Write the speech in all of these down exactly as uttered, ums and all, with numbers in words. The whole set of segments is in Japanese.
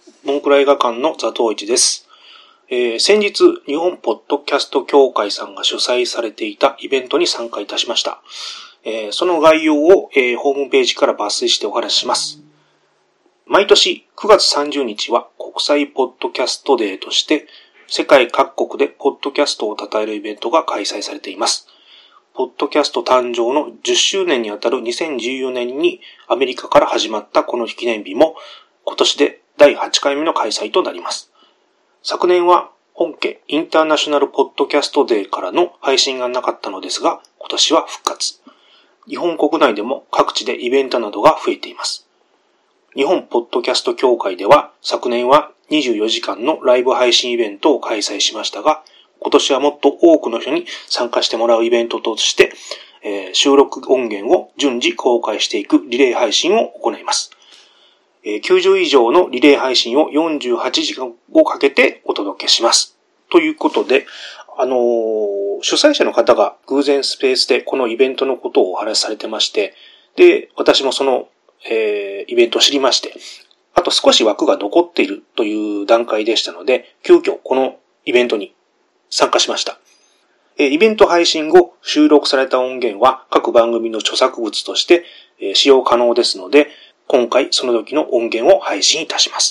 モンクラ映画館の座頭市です。えー、先日、日本ポッドキャスト協会さんが主催されていたイベントに参加いたしました。えー、その概要を、えー、ホームページから抜粋してお話しします。毎年くがつさんじゅうにちは国際ポッドキャストデーとして、世界各国でポッドキャストを称えるイベントが開催されています。ポッドキャスト誕生のじゅっしゅうねんにあたるにせんじゅうよねんにアメリカから始まったこの記念日も今年でだいはちかいめの開催となります。昨年は本家インターナショナルポッドキャストデーからの配信がなかったのですが、今年は復活。日本国内でも各地でイベントなどが増えています。日本ポッドキャスト協会では昨年はにじゅうよじかんのライブ配信イベントを開催しましたが、今年はもっと多くの人に参加してもらうイベントとして、えー、収録音源を順次公開していくリレー配信を行います。えー、きゅうじゅういじょうのリレー配信をよんじゅうはちじかんをかけてお届けします。ということで、あのー、主催者の方が偶然スペースでこのイベントのことをお話しされてまして、で、私もその、えー、イベントを知りまして、あと少し枠が残っているという段階でしたので、急遽このイベントに参加しました。イベント配信後収録された音源は各番組の著作物として使用可能ですので、今回その時の音源を配信いたします。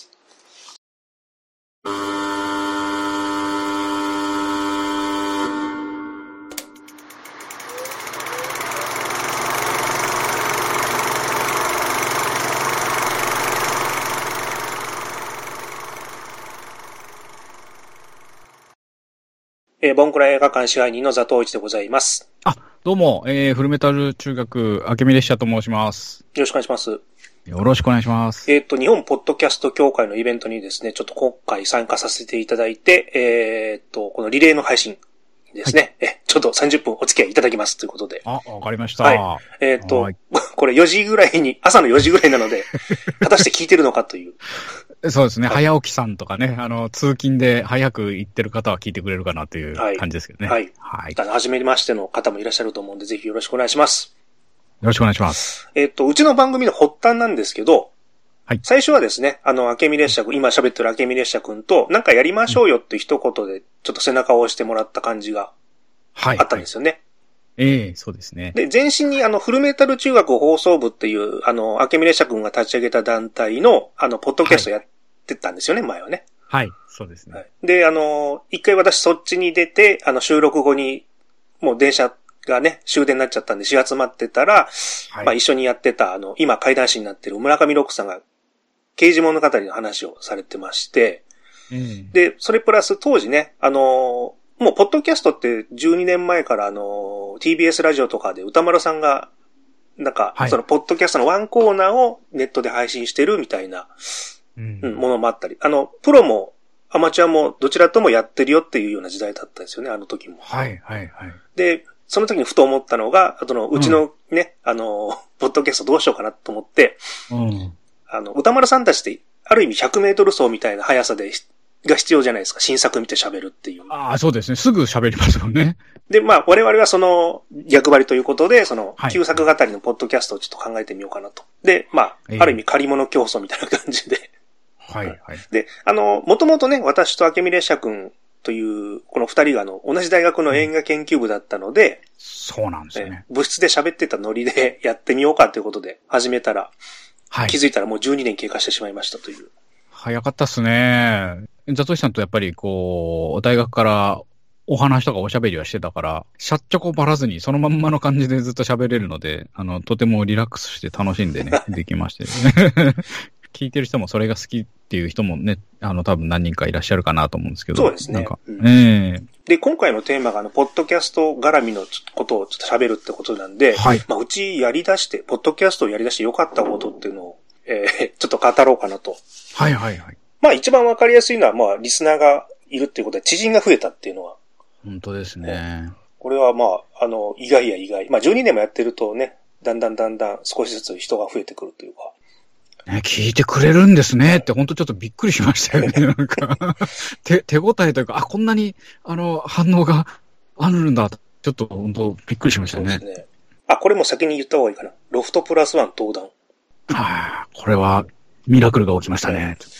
えー、ボンクラ映画館支配人の座頭市でございます。 あ、どうも、えー、フルメタル中学、明美列車と申します。 よろしくお願いします。 よろしくお願いします。 えっと、日本ポッドキャスト協会のイベントにですね、ちょっと今回参加させていただいて、えっと、このリレーの配信ですね、はい、え、ちょっとさんじゅっぷんお付き合いいただきますということで。 あ、わかりました。 はい。えっと、これよじぐらいに、朝のよじぐらいなので、果たして聞いてるのかという。 そうですね、はい、早起きさんとかね、あの、通勤で早く行ってる方は聞いてくれるかなという感じですけどね。 はい。はい。はい、初めましての方もいらっしゃると思うんで、ぜひよろしくお願いします。 よろしくお願いします。 えっと、うちの番組の発端なんですけど、はい。最初はですね、あの、明美列車君、今喋ってる明美列車君と、なんかやりましょうよって一言で、ちょっと背中を押してもらった感じが、はい。あったんですよね。はいはい、ええー、そうですね。 で、前身にあの、フルメタル中学放送部っていう、あの、明美列車君が立ち上げた団体の、あの、ポッドキャストやってたんですよね、はい、前はね。 はい、そうですね。はい、 で、あの、一回私そっちに出て、あの、収録後に、もう電車がね、終電になっちゃったんで、始発待ってたら、はい、まあ一緒にやってた、あの、今怪談師になってる村上六さんが、刑事物語の話をされてまして、うん、で、それプラス当時ね、あの、もうポッドキャストってじゅうにねんまえからあの、ティービーエス ラジオとかで歌丸さんが、なんか、はい、そのポッドキャストのワンコーナーをネットで配信してるみたいな、うんうん、ものもあったり、あの、プロもアマチュアもどちらともやってるよっていうような時代だったんですよね、あの時も。 はいはいはい。 で、その時にふと思ったのが、あの、うちのね、うん、あの、ポッドキャストどうしようかなと思って、うんあの、歌丸さんたちって、ある意味ひゃくメートル走みたいな速さで、が必要じゃないですか。新作見て喋るっていう。 ああ、そうですね。すぐ喋りますもんね。 で、まあ、我々はその、逆張りということで、その、旧作語りのポッドキャストをちょっと考えてみようかなと。で、まあ、ある意味借り物競争みたいな感じで。 はい、はい。 で、あの、もともとね、私と明美列車君という、この二人があの、同じ大学の映画研究部だったので、うん、 そうなんですよね。 部室で喋ってたノリでやってみようかということで始めたら、はい、気づいたらもうじゅうにねん経過してしまいましたという。 早かったっすね。ザトシさんとやっぱりこう、大学からお話とかおしゃべりはしてたから、しゃっちょこばらずにそのまんまの感じでずっと喋れるので、あの、とてもリラックスして楽しんでね、できまして、ね。聞いてる人もそれが好きっていう人もね、あの、多分何人かいらっしゃるかなと思うんですけど。 そうですね。 なんか、うん、えー、で、今回のテーマがあの、ポッドキャスト絡みのことをちょっと喋るってことなんで、はい。まあ、うちやり出して、ポッドキャストをやり出して良かったことっていうのを、えー、ちょっと語ろうかなと。 はいはいはい。 まあ一番わかりやすいのは、まあリスナーがいるっていうことで、知人が増えたっていうのは。 本当ですね。 これはまあ、あの、意外や意外。まあじゅうにねんもやってるとね、だんだんだんだん少しずつ人が増えてくるというか。 ね、聞いてくれるんですねって、本当ちょっとびっくりしましたよね。なんか手、手応えというか、あ、こんなに、あの、反応があるんだ。ちょっと本当びっくりしましたね。そうですね。 あ、これも先に言った方がいいかな。ロフトプラスワン登壇。 ああ、これは、ミラクルが起きましたね。ちょっと、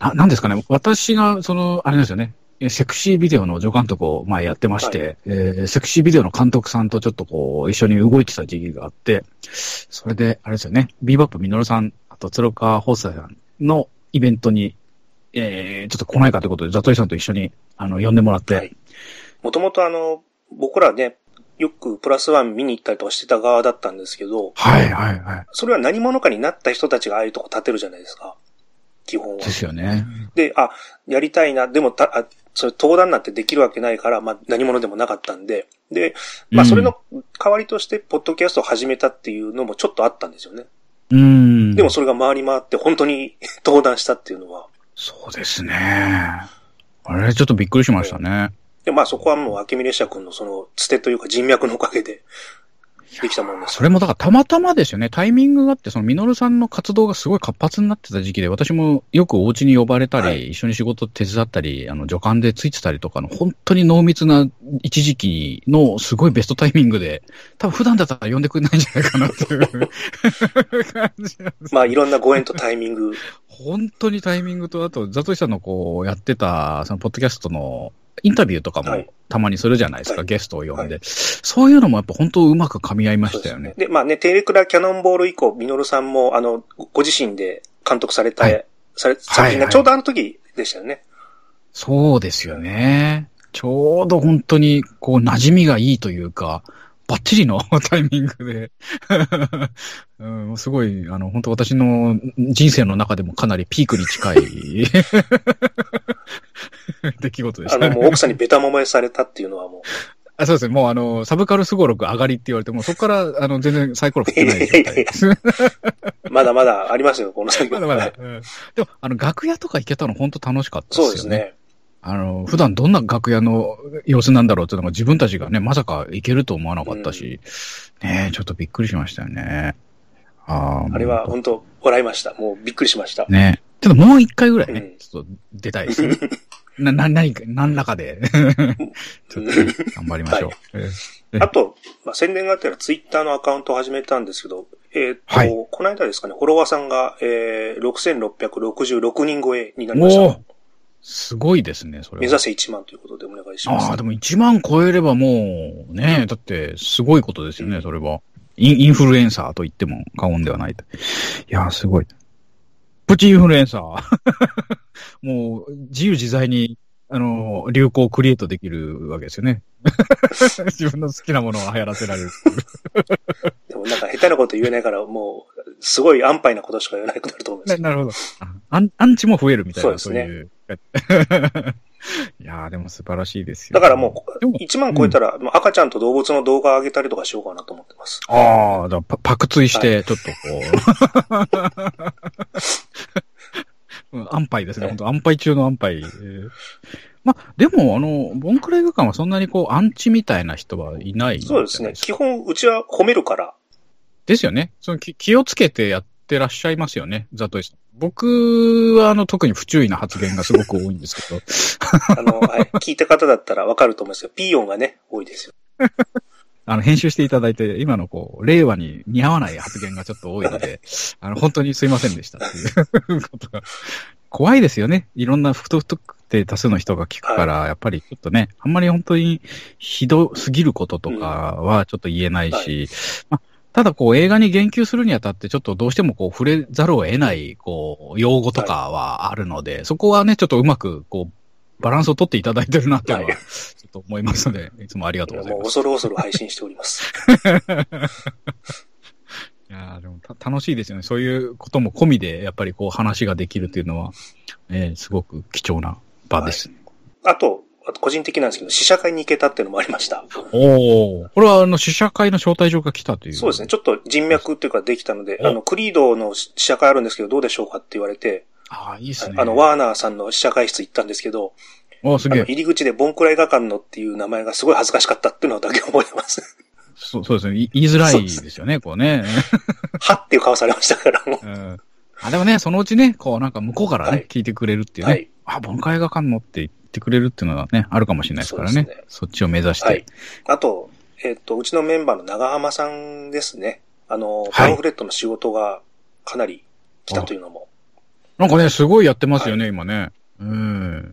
な、なんですかね。私が、その、あれですよね。セクシービデオの助監督を前やってまして、はい、えー、セクシービデオの監督さんとちょっとこう、一緒に動いてた時期があって、それで、あれですよね。ビーバップミノルさん、あと鶴岡放送さんのイベントに、えー、ちょっと来ないかということで、ザトイさんと一緒に、あの、呼んでもらって。はい。 もともとあの、僕らね、よくプラスワン見に行ったりとかしてた側だったんですけど、 はいはいはい。 それは何者かになった人たちがああいうとこ立てるじゃないですか。基本は。 ですよね。 で、あ、やりたいな、でもた、あそれ登壇なんてできるわけないから、まあ何者でもなかったんで、で、まあそれの代わりとしてポッドキャストを始めたっていうのもちょっとあったんですよね。 うん。 でもそれが回り回って本当に登壇したっていうのは。 そうですね。あれちょっとびっくりしましたね。 で、まあそこはもう明美列車君のそのつてというか人脈のおかげでできたもんです。 それもだからたまたまですよね。タイミングがあって、そのミノルさんの活動がすごい活発になってた時期で、私もよくお家に呼ばれたり、はい、一緒に仕事手伝ったり、あの助監でついてたりとかの本当に濃密な一時期のすごいベストタイミングで、多分普段だったら呼んでくれないんじゃないかなっていう感じなんです。 まあいろんなご縁とタイミング。 本当にタイミングと、あとザトイさんのこうやってたそのポッドキャストのインタビューとかもたまにするじゃないですか、はい、ゲストを呼んで、はい。そういうのもやっぱ本当うまく噛み合いましたよね。 で、まあね、テレクラキャノンボール以降、ミノルさんも、あの、ご自身で監督された、はい、され、作品がちょうどあの時でしたよね。はいはい、 そうですよね。ちょうど本当に、こう、馴染みがいいというか、バッチリのタイミングで、うん、すごい、あの、本当私の人生の中でもかなりピークに近い出来事でしたね。 あの、もう奥さんにベタ揉めされたっていうのはもう。 あ、そうですね。もうあの、サブカルスゴロク上がりって言われても、そこから、あの、全然サイコロ振ってない状態です。 まだまだありますよ、この先。 まだまだ。うん、でも、あの、楽屋とか行けたの本当楽しかったですよね。 そうですね。 あの、普段どんな楽屋の様子なんだろうっていうのが自分たちがね、まさか行けると思わなかったし、うん、ねえ、ちょっとびっくりしましたよね。 あ, あれは本当笑いました。もうびっくりしました。 ねえ。ちょっともう一回ぐらいね、うん、ちょっと出たいですね。な、な、何か、何らかで。ちょっと、ね、頑張りましょう。はい、 あと、まあ、宣伝があったらツイッターのアカウントを始めたんですけど、えっ、ー、と、はい、この間ですかね、フォロワーさんが、えー、ろくせんろっぴゃくろくじゅうろくにん超えになりました。おー、 すごいですね、それは。 目指せいちまんということでお願いします。 ああ、でもいちまん超えればもう、ね、うん、だってすごいことですよね、それは。イン、インフルエンサーと言っても過言ではないと。いやー、すごい。プチインフルエンサー。もう、自由自在に、あの、流行をクリエイトできるわけですよね。自分の好きなものを流行らせられる。 でもなんか下手なこと言えないから、もう、すごい安牌なことしか言えなくなると思うんですよ。 な、なるほど。アン、アンチも増えるみたいな、 そうですね。 そういう。いやー、でも素晴らしいですよ、 ね。だからもう、いちまん超えたら、うん、赤ちゃんと動物の動画を上げたりとかしようかなと思ってます。 ああ、じゃあパ、パクツイして、ちょっとこう。安牌ですね、本当安牌中の安牌。えー、まあ、でも、あの、ボンクラ映画館はそんなにこう、アンチみたいな人はいないじゃないですか。 そうですね。基本、うちは褒めるから。 ですよね。その気、気をつけてやってらっしゃいますよね、ザトイさん。僕は、あの、特に不注意な発言がすごく多いんですけど。 あの、はい。聞いた方だったらわかると思うんですよ。ピー音がね、多いですよ。 あの、編集していただいて、今のこう、令和に似合わない発言がちょっと多いので、あの、本当にすいませんでしたっていうことが。怖いですよね。いろんな不特定多数の人が聞くから、はい、やっぱりちょっとね、あんまり本当にひどすぎることとかはちょっと言えないし、うんはいまただこう映画に言及するにあたってちょっとどうしてもこう触れざるを得ないこう用語とかはあるので、はい、そこはねちょっとうまくこうバランスを取っていただいてるなっていうのはちょっと思いますので、いつもありがとうございます。 もう恐る恐る配信しております。 いやでもた楽しいですよね。そういうことも込みでやっぱりこう話ができるっていうのは、えー、すごく貴重な場です、ねはい。あと。個人的なんですけど、試写会に行けたっていうのもありました。 おお、これはあの試写会の招待状が来たという。 そうですね。ちょっと人脈っていうかできたので、あの、クリードの試写会あるんですけど、どうでしょうかって言われて、 ああ、いいですね。 あの、ワーナーさんの試写会室行ったんですけど、 おすげえ。 入り口でボンクラ映画館のっていう名前がすごい恥ずかしかったっていうのだけ覚えてます。 そう、そうですね。言いづらいですよね、こうね。 はっていう顔されましたからもう。 うんあ、でもね、そのうちね、こうなんか向こうからね、はい、聞いてくれるっていうね。はい、あ、ボンクラ映画館のって言ってくれるっていうのはね、あるかもしれないですからね。 そ, ねそっちを目指して。はい、 あと、えっ、ー、と、うちのメンバーの長浜さんですね。あの、パンフレットの仕事がかなり来たというのも。 なんかね、すごいやってますよね、はい、今ね。うん。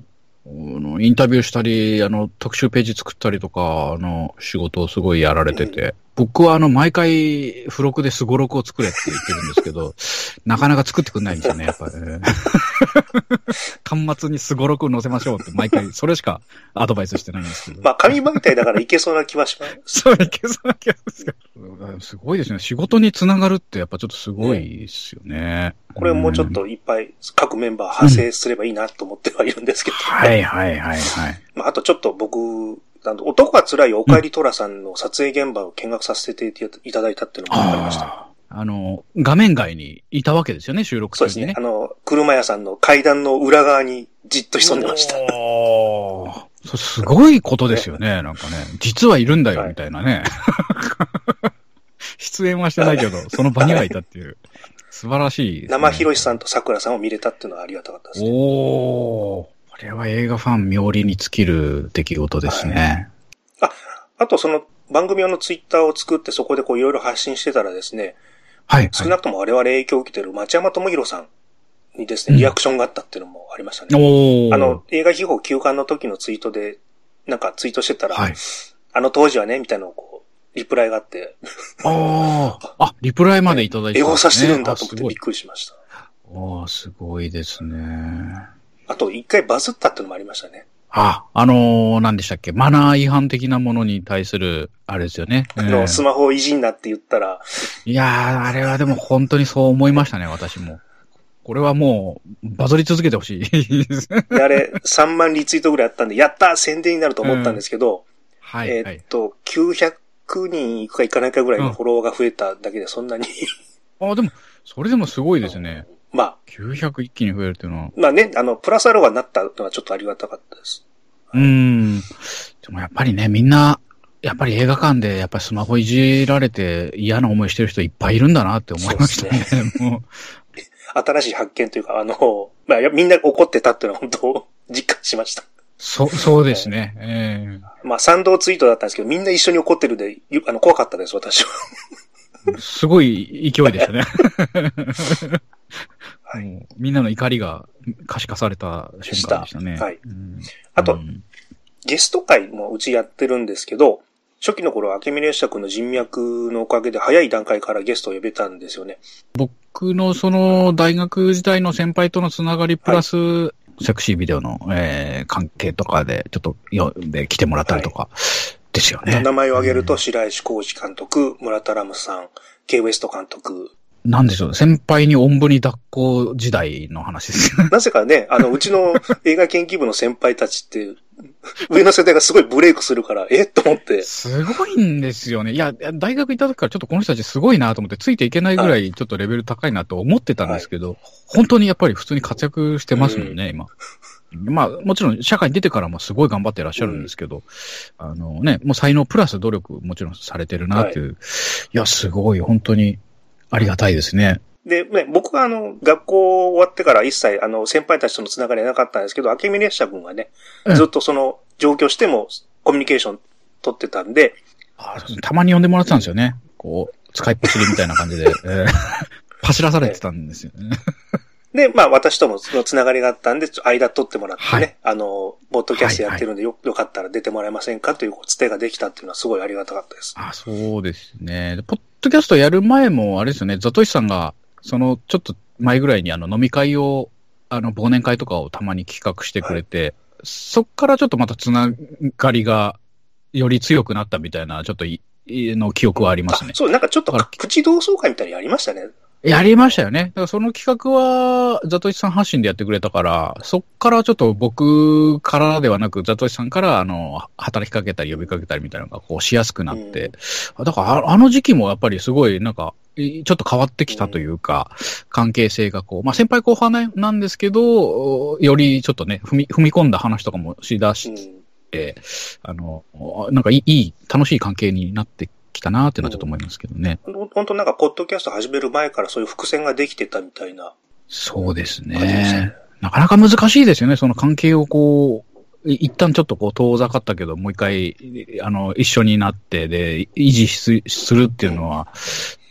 インタビューしたり、あの、特集ページ作ったりとか、あの、仕事をすごいやられてて、うん、僕はあの、毎回、付録でスゴロクを作れって言ってるんですけど、なかなか作ってくんないんですよね、やっぱり、ね。端末にスゴロクを載せましょうって、毎回、それしかアドバイスしてないんですけど。 まあ、紙媒体だからいけそうな気はします。 そう、いけそうな気がしますけど。すごいですね。仕事につながるってやっぱちょっとすごいですよね。 うん、これもうちょっといっぱい各メンバー派生すればいいなと思ってはいるんですけど、ね。 うん、はいはいはいはい。 まあ、あとちょっと僕、男が辛いおかえりトラさんの撮影現場を見学させていただいたっていうのもありました。 あの、画面外にいたわけですよね、収録中に、ね。 そうですね。あの、車屋さんの階段の裏側にじっと潜んでました。 おー。そすごいことですよね、なんかね。実はいるんだよ、みたいなね。はい、出演はしてないけど、その場にはいたっていう。素晴らしいですね。 生ひろしさんと桜さんを見れたっていうのはありがたかったですね。 おー。これは映画ファン妙利に尽きる出来事ですね。 はい、あ、あとその番組用のツイッターを作ってそこでこういろいろ発信してたらですね、はい、はい。少なくとも我々影響を受けている町山智博さんにですね、リアクションがあったっていうのもありましたね。うん、おあの、映画秘宝休館の時のツイートで、なんかツイートしてたら、はい、あの当時はね、みたいなのをこう、リプライがあって。 ああ、あ、リプライまでいただいて、 ね。エゴさしてるんだと思ってびっくりしました。 ああ、すごいですね。 あと、一回バズったっていうのもありましたね。 あ、あのー、何でしたっけ、マナー違反的なものに対する、あれですよね。 あの、えー、スマホをいじんなって言ったら。 いやー、あれはでも本当にそう思いましたね、私も。これはもう、バズり続けてほしいです。 あれ、さんまんリツイートぐらいあったんで、やったー宣伝になると思ったんですけど、うん、はい。えー、っと、きゅうひゃくにんいくかいかないかぐらいのフォロワーが増えただけでそんなに、 うん。あ、でも、それでもすごいですね。 まあ。 きゅうひゃく一気に増えるっていうのは。 まあね、あの、プラスアルファになったのはちょっとありがたかったです。 うーん。でもやっぱりね、みんな、やっぱり映画館でやっぱりスマホいじられて嫌な思いしてる人いっぱいいるんだなって思いましたね。ねもう新しい発見というか、あの、まあ、みんな怒ってたっていうのは本当実感しました。 そう、そうですね。えー、まあ、賛同ツイートだったんですけど、みんな一緒に怒ってるんで、あの、怖かったです、私は。 すごい勢いでしたね。はい、みんなの怒りが可視化された瞬間でしたね。 はい。うん、あと、うん、ゲスト会もうちやってるんですけど、初期の頃は明美列車君の人脈のおかげで早い段階からゲストを呼べたんですよね。 僕のその大学時代の先輩とのつながりプラス、はい、セクシービデオの、えー、関係とかでちょっと呼んで来てもらったりとかですよね。はい、 名前を挙げると白石浩二監督、村田ラムさん、Kウエスト監督。 なんでしょう、先輩におんぶに抱っこ時代の話ですよね。 なぜかね、あの、うちの映画研究部の先輩たちって、上の世代がすごいブレイクするから、えっと思って。 すごいんですよね。いや、大学行った時からちょっとこの人たちすごいなと思って、ついていけないぐらいちょっとレベル高いなと思ってたんですけど、はい、本当にやっぱり普通に活躍してますもんね、うん、今。まあ、もちろん社会に出てからもすごい頑張ってらっしゃるんですけど、うん、あのね、もう才能プラス努力もちろんされてるなっていう。はい、いや、すごい、本当にありがたいですね。 で、ね、僕はあの、学校終わってから一切あの、先輩たちとのつながりはなかったんですけど、明美列車君はね、ずっとその、上京してもコミュニケーション取ってたんで。 ああ、たまに呼んでもらってたんですよね。こう、使いっ走りみたいな感じで、えー、走らされてたんですよね。 で、まあ私ともそのつながりがあったんで、間取ってもらってね、はい、あの、ポッドキャストやってるんでよ、はいはい、よかったら出てもらえませんかというつてができたっていうのはすごいありがたかったです。 あ、そうですね。ポッドキャストやる前も、あれですよね、ザトシさんが、その、ちょっと前ぐらいにあの飲み会を、あの、忘年会とかをたまに企画してくれて、はい、そっからちょっとまたつながりがより強くなったみたいな、ちょっとい、の記憶はありますね。 そう、なんかちょっと口同窓会みたいにやりましたね。 やりましたよね。だからその企画は、ザトシさん発信でやってくれたから、そっからちょっと僕からではなく、ザトシさんから、あの、働きかけたり呼びかけたりみたいなのがこうしやすくなって、うん、だからあの時期もやっぱりすごいなんか、ちょっと変わってきたというか、うん、関係性がこう、まあ先輩後輩なんですけど、よりちょっとね、踏み、踏み込んだ話とかもしだして、うん、あの、なんかいい、いい、楽しい関係になってきたなーっていうのはちょっと思いますけどね。 うん、本当なんか、ポッドキャスト始める前からそういう伏線ができてたみたいな。 そうですね。ねなかなか難しいですよね。その関係をこう、一旦ちょっとこう遠ざかったけど、もう一回、あの、一緒になって、で、維持するっていうのは、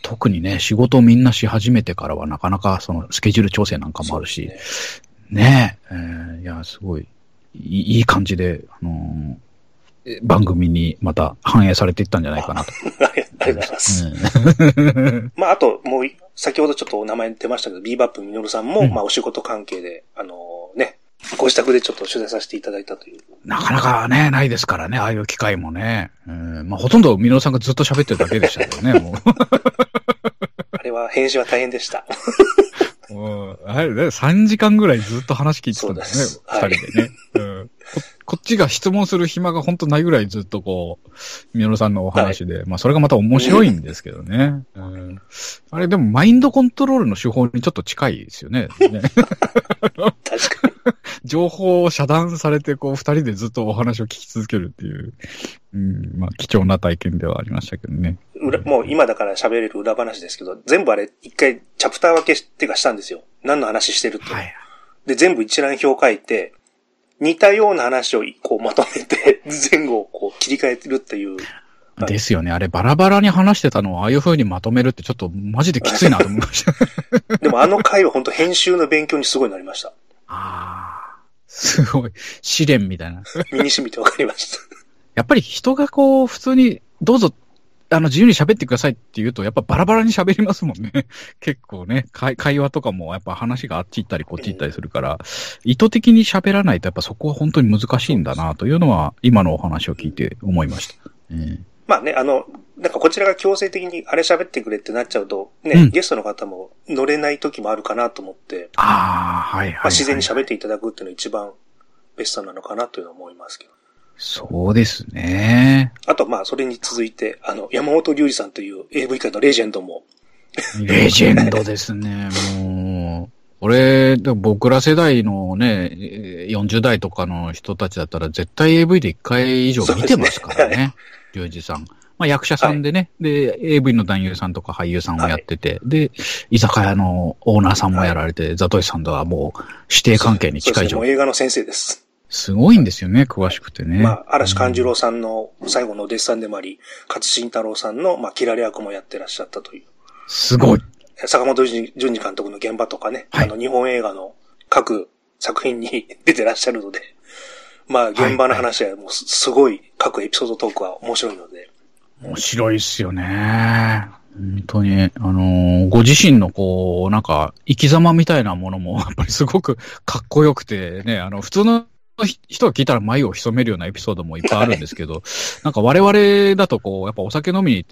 特にね、仕事をみんなし始めてからはなかなかそのスケジュール調整なんかもあるし、ね, ねえ、えー、いや、すごいいい、いい感じで、あのー、番組にまた反映されていったんじゃないかなと。 ありがとうございます。うん、まあ、あと、もう、先ほどちょっとお名前出ましたけど、ビーバップミノルさんも、うん、まあ、お仕事関係で、あのー、ね、ご自宅でちょっと取材させていただいたという。 なかなかね、ないですからね、ああいう機会もね。うん、まあ、ほとんどミノルさんがずっと喋ってるだけでしたけどね、もう。 あれは、編集は大変でした。 もうあれね、さんじかんぐらいずっと話聞いてたんですね、二、はい、人でね、うんこ。こっちが質問する暇が本当ないぐらいずっとこう、ミノルさんのお話で、はい、まあそれがまた面白いんですけどね。うん、あれでもマインドコントロールの手法にちょっと近いですよね。ね確かに。 情報を遮断されて、こう、二人でずっとお話を聞き続けるっていう、うん、まあ、貴重な体験ではありましたけどね。 裏もう今だから喋れる裏話ですけど、全部あれ、一回、チャプター分けっていうかしたんですよ。何の話してるって。はい。で、全部一覧表書いて、似たような話をこうまとめて、前後をこう切り替えてるっていう。 ですよね。あれ、バラバラに話してたのをああいう風にまとめるってちょっとマジできついなと思いました。 でもあの回は本当編集の勉強にすごいなりました。 ああ。すごい。試練みたいな。 身に染みてわかりました。 やっぱり人がこう、普通に、どうぞ、あの、自由に喋ってくださいって言うと、やっぱバラバラに喋りますもんね。結構ね、会、会話とかも、やっぱ話があっち行ったりこっち行ったりするから、うん、意図的に喋らないと、やっぱそこは本当に難しいんだな、というのは、今のお話を聞いて思いました。うん、 まあね、あの、なんかこちらが強制的にあれ喋ってくれってなっちゃうと、ね、うん、ゲストの方も乗れない時もあるかなと思って、 ああ、はいはい、はい。まあ、 自然に喋っていただくっていうのが一番ベストなのかなというのは思いますけど。 そうですね。 あと、まあ、それに続いて、あの、山本龍二さんという エーブイ 界のレジェンドも。 レジェンドですね、もう。俺、僕ら世代のね、よんじゅう代とかの人たちだったら絶対 エーブイ でいっかい以上見てますからね。龍二さん。まあ役者さんでね、はい、で、エーブイ の男優さんとか俳優さんをやってて、はい、で、居酒屋のオーナーさんもやられて、はい、ザトシさんとはもう指定関係に近い状況。 もう映画の先生です。 すごいんですよね、詳しくてね。 まあ、嵐勘十郎さんの最後のお弟子さんでもあり、勝新太郎さんの、まあ、キラリ役もやってらっしゃったという。 すごい。 坂本淳二監督の現場とかね、はい、あの、日本映画の各作品に出てらっしゃるので、まあ、現場の話はもうすごい各エピソードトークは面白いので。 面白いっすよね。本当に、あのー、ご自身のこう、なんか、生き様みたいなものも、やっぱりすごくかっこよくてね、あの、普通の人が聞いたら眉を潜めるようなエピソードもいっぱいあるんですけど、なんか我々だとこう、やっぱお酒飲みに行って、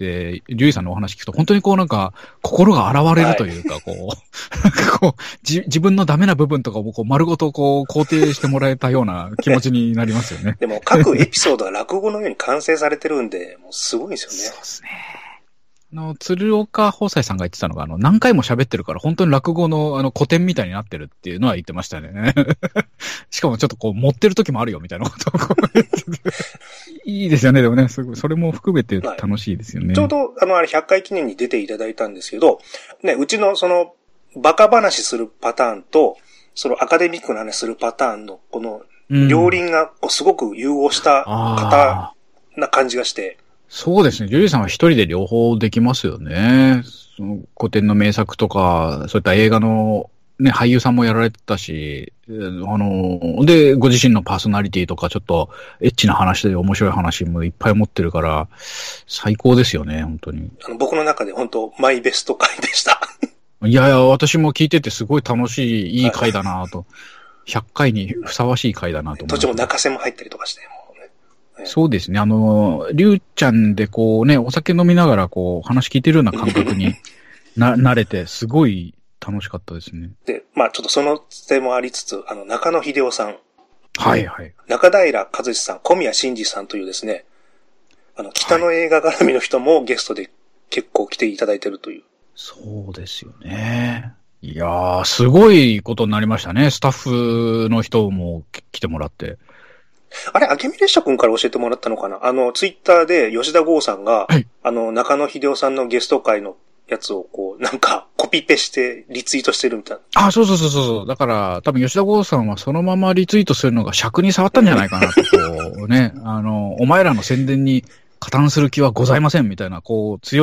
リュウイさんのお話聞くと、本当にこうなんか、心が洗われるというか、こう、はい、なんかこう、じ、自分のダメな部分とかをこう丸ごとこう、肯定してもらえたような気持ちになりますよね。 でも各エピソードが落語のように完成されてるんで、もうすごいですよね。 そうですね。あの、鶴岡宝斎さんが言ってたのが、あの、何回も喋ってるから、本当に落語の、あの、古典みたいになってるっていうのは言ってましたね。しかもちょっとこう、持ってる時もあるよ、みたいなことをこう言ってて。いいですよね、でもね、すごい、それも含めて楽しいですよね。はい、 ちょうど、あの、あれ、ひゃっかい記念に出ていただいたんですけど、ね、うちの、その、バカ話するパターンと、そのアカデミックな話するパターンの、この、両輪が、こう、すごく融合した方な感じがして、 そうですね。ジュリーさんは一人で両方できますよね。その古典の名作とか、そういった映画のね、俳優さんもやられてたし、あの、で、ご自身のパーソナリティとか、ちょっとエッチな話で面白い話もいっぱい持ってるから、最高ですよね、本当に。 あの僕の中で本当、マイベスト回でした。 いやいや、私も聞いててすごい楽しい、いい回だなと。ひゃっかいにふさわしい回だなと思います。 途中も中瀬も入ったりとかして。 そうですね。あの、りゅうちゃんでこうね、お酒飲みながらこう話聞いてるような感覚にな、慣れて、すごい楽しかったですね。 で、まあちょっとそのつてもありつつ、あの、中野秀夫さん。 はいはい。 中平和志さん、小宮真司さんというですね、あの、北の映画絡みの人もゲストで結構来ていただいてるという。 そうですよね。いやー、すごいことになりましたね。スタッフの人も来てもらって。 あれ、明美列車くんから教えてもらったのかな？あの、ツイッターで吉田剛さんが、はい、あの、中野秀夫さんのゲスト会のやつをこう、なんか、コピペしてリツイートしてるみたいな。 あ、そうそうそうそう。だから、多分吉田剛さんはそのままリツイートするのが尺に触ったんじゃないかなと、こうね、あの、お前らの宣伝に加担する気はございませんみたいな、こう、強い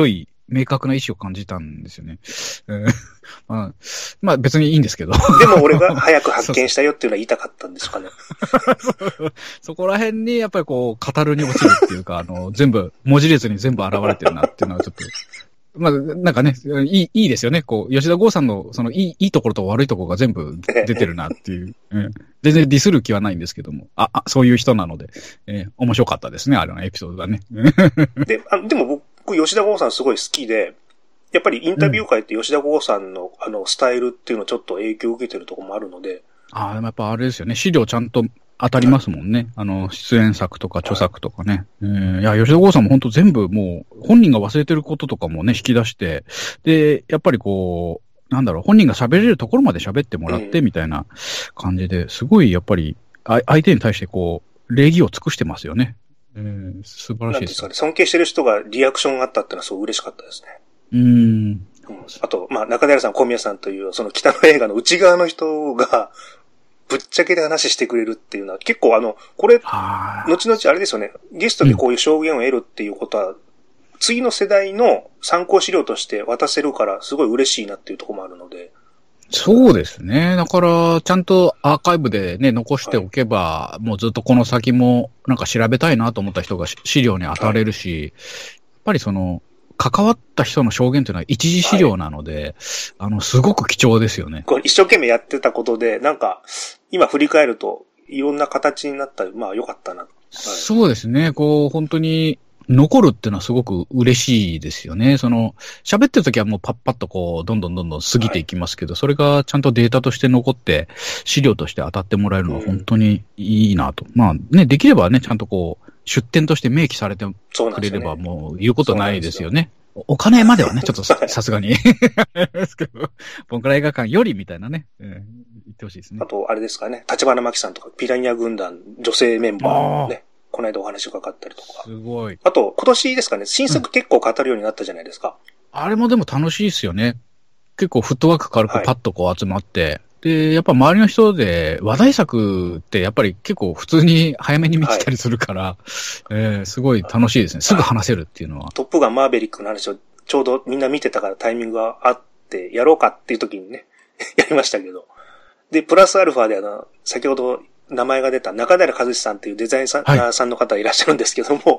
明確な意思を感じたんですよね。うん、まあ、まあ別にいいんですけど。 でも俺が早く発見したよっていうのは言いたかったんですかね。 そ, そこら辺にやっぱりこう、語るに落ちるっていうか、あの、全部、文字列に全部現れてるなっていうのはちょっと、まあ、なんかね、いい、いいですよね。こう、吉田剛さんの、その、いい、いいところと悪いところが全部出てるなっていう。うん、全然ディスる気はないんですけども。あ、あそういう人なので、えー、面白かったですね、あれのエピソードがね。 で、あでも僕、吉田剛さんすごい好きで、やっぱりインタビュー会って吉田剛さんの、うん、あの、スタイルっていうのをちょっと影響を受けてるところもあるので。 ああ、でもやっぱあれですよね。資料ちゃんと当たりますもんね。はい、あの、出演作とか著作とかね。はい、えー、いや、吉田剛さんも本当全部もう、本人が忘れてることとかもね、引き出して、で、やっぱりこう、なんだろう、本人が喋れるところまで喋ってもらって、みたいな感じで、すごいやっぱり、相手に対してこう、礼儀を尽くしてますよね。えー、素晴らしいです。 なんですかね、尊敬してる人がリアクションがあったっていうのはすごい嬉しかったですね。 うーん。 あと、まあ、中平さん、小宮さんという、その北の映画の内側の人が、ぶっちゃけで話してくれるっていうのは、結構あの、これ、後々あれですよね、ゲストでこういう証言を得るっていうことは、うん、次の世代の参考資料として渡せるから、すごい嬉しいなっていうところもあるので。 そうですね。だから、ちゃんとアーカイブでね、残しておけば、はい、もうずっとこの先も、なんか調べたいなと思った人が資料に当たれるし、はい、やっぱりその、関わった人の証言というのは一時資料なので、はい、あの、すごく貴重ですよね。 これ一生懸命やってたことで、なんか、今振り返ると、いろんな形になったり、まあ良かったな、はい。 そうですね。こう、本当に、残るっていうのはすごく嬉しいですよね。その、喋ってるときはもうパッパッとこう、どんどんどんどん過ぎていきますけど、はい、それがちゃんとデータとして残って、資料として当たってもらえるのは本当にいいなと。うん、まあね、できればね、ちゃんとこう、出典として明記されてくれればもう言うことないですよね。お金まではね、ちょっとさすがに。ですけど、ボンクラ映画館よりみたいなね、うん、言ってほしいですね。 あと、あれですかね、立花真紀さんとか、ピラニア軍団女性メンバーね、この間お話伺ったりとか。 すごい。 あと、今年ですかね、新作結構語るようになったじゃないですか。 うん、あれもでも楽しいですよね。結構フットワーク軽くパッとこう集まって、はい、で、やっぱ周りの人で話題作ってやっぱり結構普通に早めに見てたりするから、はい、えー、すごい楽しいですね。すぐ話せるっていうのは。 トップガンマーベリックの話をちょうどみんな見てたからタイミングがあってやろうかっていう時にね、やりましたけど。で、プラスアルファであの、先ほど名前が出た中平和志さんっていうデザイナーさんの方がいらっしゃるんですけども、はい、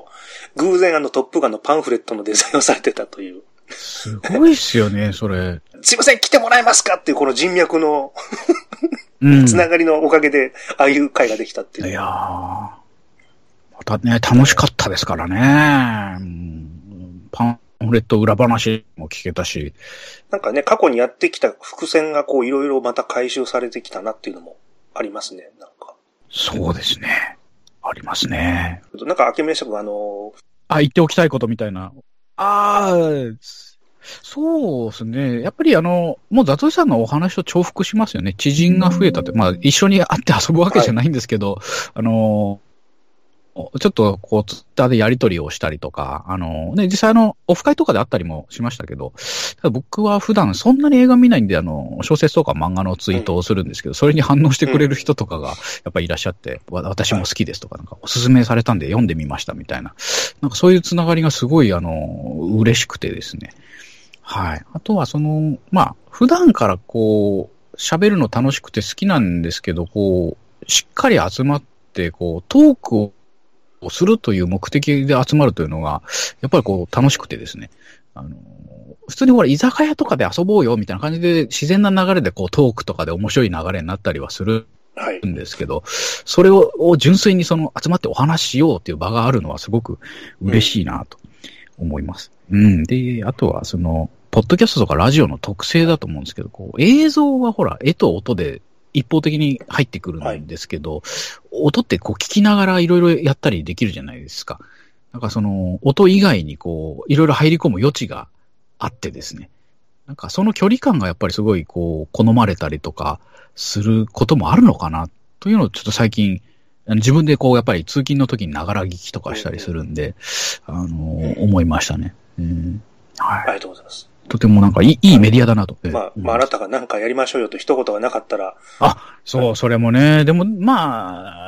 偶然あのトップガンのパンフレットのデザインをされてたという。 すごいっすよね、それ。 すいません、来てもらえますかっていうこの人脈のつながりのおかげで、ああいう会ができたっていう。 いやー。またね、楽しかったですからね。うん、パンフレット裏話も聞けたし。 なんかね、過去にやってきた伏線がこういろいろまた回収されてきたなっていうのもありますね、なんか。 そうですね。ありますね。 なんか、明美社君あのー、 あ、言っておきたいことみたいな。ああ、そうですね。やっぱりあの、もうザトイさんのお話と重複しますよね。知人が増えたって。まあ一緒に会って遊ぶわけじゃないんですけど、はい、あの、ちょっとこうツイッターでやりとりをしたりとか、あの、ね、実際あの、オフ会とかであったりもしましたけど、ただ僕は普段そんなに映画見ないんで、あの、小説とか漫画のツイートをするんですけど、それに反応してくれる人とかがやっぱりいらっしゃって、私も好きですとか、なんかおすすめされたんで読んでみましたみたいな、なんかそういうつながりがすごいあの、嬉しくてですね。はい。あとはその、まあ、普段からこう、喋るの楽しくて好きなんですけど、こう、しっかり集まって、こう、トークををするという目的で集まるというのが、やっぱりこう楽しくてですね。あの、普通にほら、居酒屋とかで遊ぼうよみたいな感じで自然な流れでこうトークとかで面白い流れになったりはするんですけど、はい、それをを純粋にその集まってお話ししようっていう場があるのはすごく嬉しいなと思います。うん、うん。で、あとはその、ポッドキャストとかラジオの特性だと思うんですけど、こう映像はほら、絵と音で一方的に入ってくるんですけど、はい、音ってこう聞きながらいろいろやったりできるじゃないですか。なんかその音以外にこういろいろ入り込む余地があってですね。なんかその距離感がやっぱりすごいこう好まれたりとかすることもあるのかなというのをちょっと最近自分でこうやっぱり通勤の時にながら聞きとかしたりするんで、うん、あのー、思いましたね、うん。はい。 ありがとうございます。 とてもなんかいい、いいメディアだなと。 まあ、まあ、あなたが何かやりましょうよと一言がなかったら。 あ、そう、それもね。でも、ま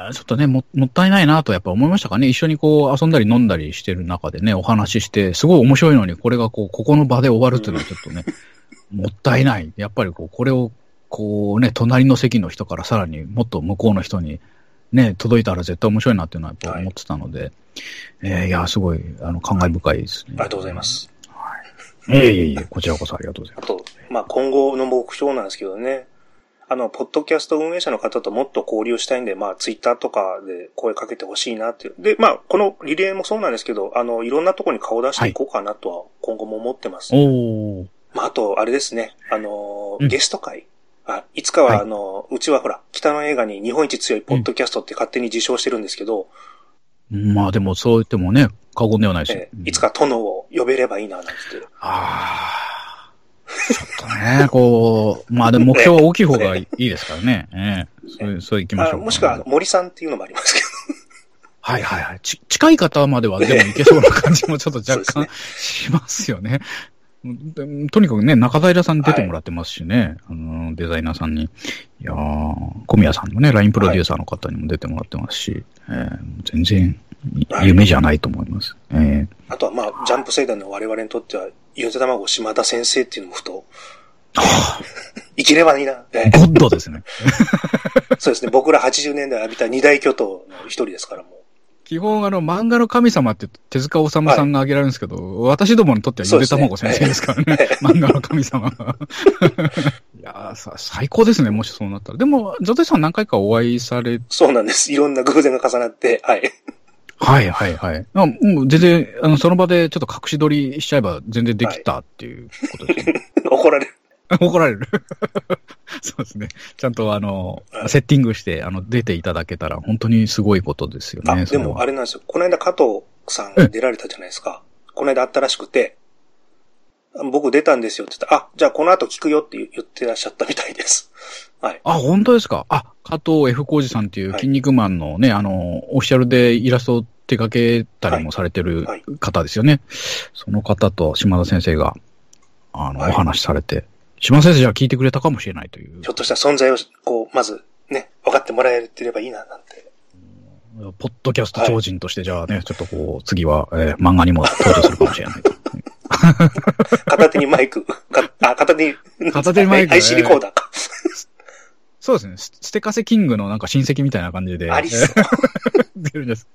ちょっとね、も、もったいないなとやっぱ思いましたかね。一緒にこう遊んだり飲んだりしてる中でね、お話しして、すごい面白いのに、これがこう、ここの場で終わるっていうのはちょっとね、うん、もったいない。やっぱりこう、これを、こうね、隣の席の人からさらにもっと向こうの人にね、届いたら絶対面白いなっていうのはやっぱ思ってたので、はい、えー、いや、すごい、あの、感慨深いですね。 ありがとうございます。 はい。いえいえいえ、こちらこそありがとうございます。 あと、まあ、今後の目標なんですけどね、あの、ポッドキャスト運営者の方ともっと交流したいんで、まあ、ツイッターとかで声かけてほしいなっていう。で、まあ、このリレーもそうなんですけど、あの、いろんなところに顔出していこうかなとは今後も思ってます。 はい、おー。 まあ、あと、あれですね、あの、うん、ゲスト会。あ、いつかは、あの、はい、うちはほら、北の映画に日本一強いポッドキャストって勝手に自称してるんですけど。 うん、まあでもそう言ってもね、過言ではないですよ。 えー、いつか殿を呼べればいいな、なんて。 ああ。ちょっとね、こう、まあでも目標は大きい方がいいですからね。ねえー、そう、そう行きましょう。 もしくは森さんっていうのもありますけど。 はいはいはい。ち、近い方まではでもいけそうな感じもちょっと若干しますよね。とにかくね、中平さんに出てもらってますしね、はい、あのデザイナーさんに。いやー、小宮さんもね、ライン プロデューサーの方にも出てもらってますし、はい、えー、全然夢じゃないと思います。はい、えー、あとはまあ、ジャンプ世代の我々にとっては、ゆで卵島田先生っていうのもふと、生きればいいな。 ゴッドですね。 そうですね。僕らはちじゅうねんだい浴びた二大巨頭の一人ですからもう。 基本あの漫画の神様って手塚治虫さんが挙げられるんですけど、はい、私どもにとってはゆで卵先生ですからね。ね漫画の神様が。いやーさ、最高ですね、もしそうなったら。でも、ザテさん何回かお会いされそうなんです。いろんな偶然が重なって、はい。 はいはいはい。あもう全然、あの、その場でちょっと隠し撮りしちゃえば全然できたっていうことですね。 はい、怒られる。 怒られる。そうですね。ちゃんとあの、はい、セッティングして、あの、出ていただけたら本当にすごいことですよね。 あ、でもあれなんですよ。この間加藤さん出られたじゃないですか。この間会ったらしくて、僕出たんですよって言ったら、あ、じゃあこの後聞くよって言ってらっしゃったみたいです。はい。 あ、本当ですか。あ、加藤 F 浩二さんっていう筋肉マンのね、はい、あの、オフィシャルでイラストを手掛けたりもされてる方ですよね。はいはい、その方と島田先生が、あの、はい、お話しされて、島田先生じゃあ聞いてくれたかもしれないという。 ひょっとしたら存在を、こう、まずね、分かってもらえてればいいな、なんて。 ポッドキャスト超人として、じゃあね、はい、ちょっとこう、次は、えー、漫画にも登場するかもしれないと。 片手にマイク、かあ、片手に、 片手にマイク、 アイシー リコーダーか。 そうですね。ステカセキングのなんか親戚みたいな感じで。 ありそう。 出るんです。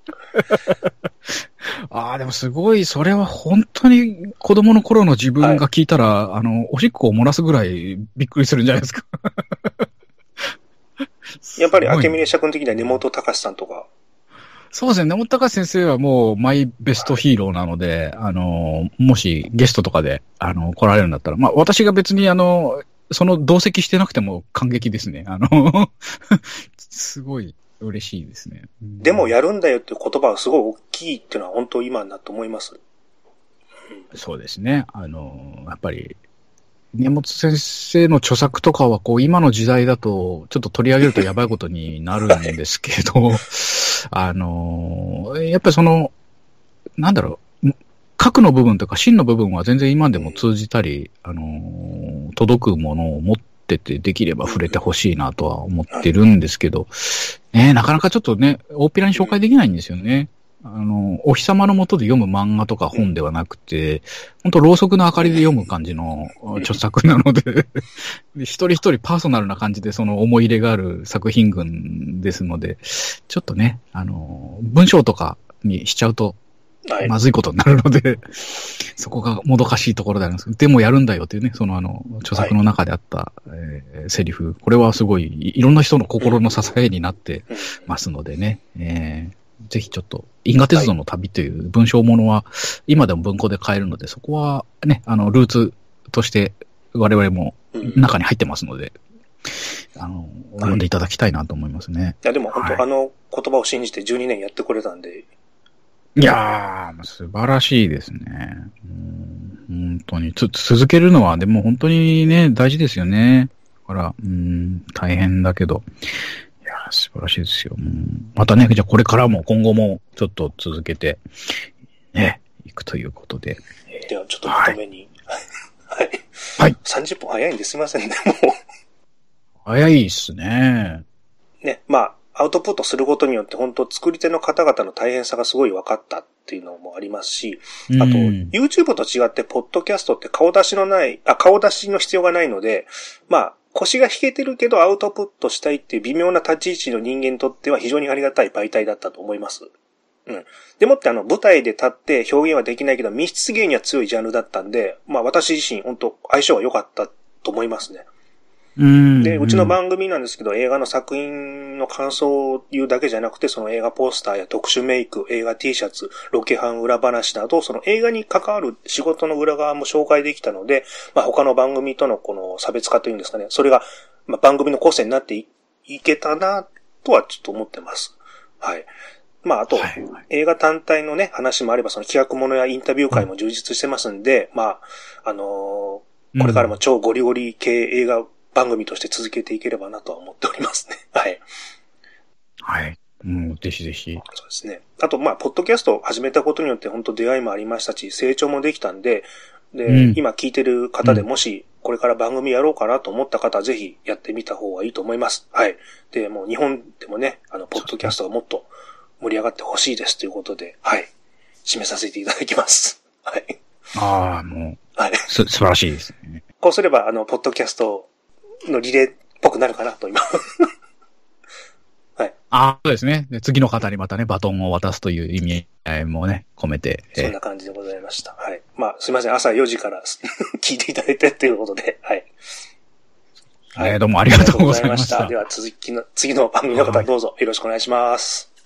ああ、でもすごい、それは本当に子供の頃の自分が聞いたら、はい、あの、おしっこを漏らすぐらいびっくりするんじゃないですか。 やっぱり、明峰社君的には根本隆さんとか。 そうですね。根本隆先生はもうマイベストヒーローなので、はい、あの、もしゲストとかで、あの、来られるんだったら、まあ私が別にあの、その同席してなくても感激ですね。あの、すごい嬉しいですね。 でもやるんだよっていう言葉はすごい大きいっていうのは本当今だと思います。 そうですね。あの、やっぱり、根本先生の著作とかはこう今の時代だとちょっと取り上げるとやばいことになるんですけど、はい、あの、やっぱりその、なんだろう、核の部分とか芯の部分は全然今でも通じたり、うん、あの、届くものを持っててできれば触れてほしいなとは思ってるんですけど、ね、なかなかちょっとね、大っぴらに紹介できないんですよね。あの、お日様の下で読む漫画とか本ではなくて、本当ろうそくの明かりで読む感じの著作なので、一人一人パーソナルな感じでその思い入れがある作品群ですので、ちょっとね、あの、文章とかにしちゃうと、まずいことになるので、はい、そこがもどかしいところであるんですけど、でもやるんだよっていうね、そのあの、著作の中であった、はいえー、セリフ、これはすごい、いろんな人の心の支えになってますのでね、えーぜひちょっと、因果鉄道の旅という文章ものは、今でも文庫で買えるので、そこはね、あの、ルーツとして我々も中に入ってますので、うん、あの、読んでいただきたいなと思いますね。 いや、でも本当、はい、あの言葉を信じてじゅうにねんやってくれたんで。 いやー、素晴らしいですね。うん、本当につ、続けるのは、でも本当にね、大事ですよね。だから、うん、大変だけど。いや素晴らしいですよ。またね、じゃあこれからも今後もちょっと続けて、ね、いくということで。 ではちょっとまとめに。はい。 はい。 さんじゅっぷん早いんですいませんね、もう。 早いっすね。 ね、まあ、 アウトプットすることによって本当作り手の方々の大変さがすごい分かったっていうのもありますし、あと、YouTube と違ってポッドキャストって顔出しのない、あ、顔出しの必要がないので、まあ、腰が引けてるけどアウトプットしたいっていう微妙な立ち位置の人間にとっては非常にありがたい媒体だったと思います。うん。でもってあの舞台で立って表現はできないけど密室芸には強いジャンルだったんで、まあ私自身本当相性が良かったと思いますね。 うんで、うちの番組なんですけど映画の作品の感想を言うだけじゃなくてその映画ポスターや特殊メイク、映画 T シャツ、ロケハン裏話などその映画に関わる仕事の裏側も紹介できたので、まあ他の番組とのこの差別化というんですかね、それがまあ番組の個性になって い, いけたなとはちょっと思ってます。はい。まあ、あと、はいはい、映画単体のね、話もあれば、その企画ものやインタビュー会も充実してますんで、うん、まあ、あのー、これからも超ゴリゴリ系映画番組として続けていければなとは思っておりますね。はい。 はい。うん、ぜひぜひ。 そうですね。あと、まあ、ポッドキャストを始めたことによって本当出会いもありましたし、成長もできたんで、で、うん、今聞いてる方でもし、これから番組やろうかなと思った方は、ぜひやってみた方がいいと思います。はい。で、もう日本でもね、あの、ポッドキャストがもっと盛り上がってほしいですということで、はい。締めさせていただきます。はい。 ああ、もう。はい。す、素晴らしいですね。 こうすれば、あの、ポッドキャストのリレーっぽくなるかなと今。はい。 ああ、そうですね。で、次の方にまたね、バトンを渡すという意味合いもね、込めて。 そんな感じでございました。はい。まあ、すいません。朝よじから聞いていただいてっていうことで、はい。 はい、えー、どうもありがとうございました。 では続きの、次の番組の方どうぞよろしくお願いします。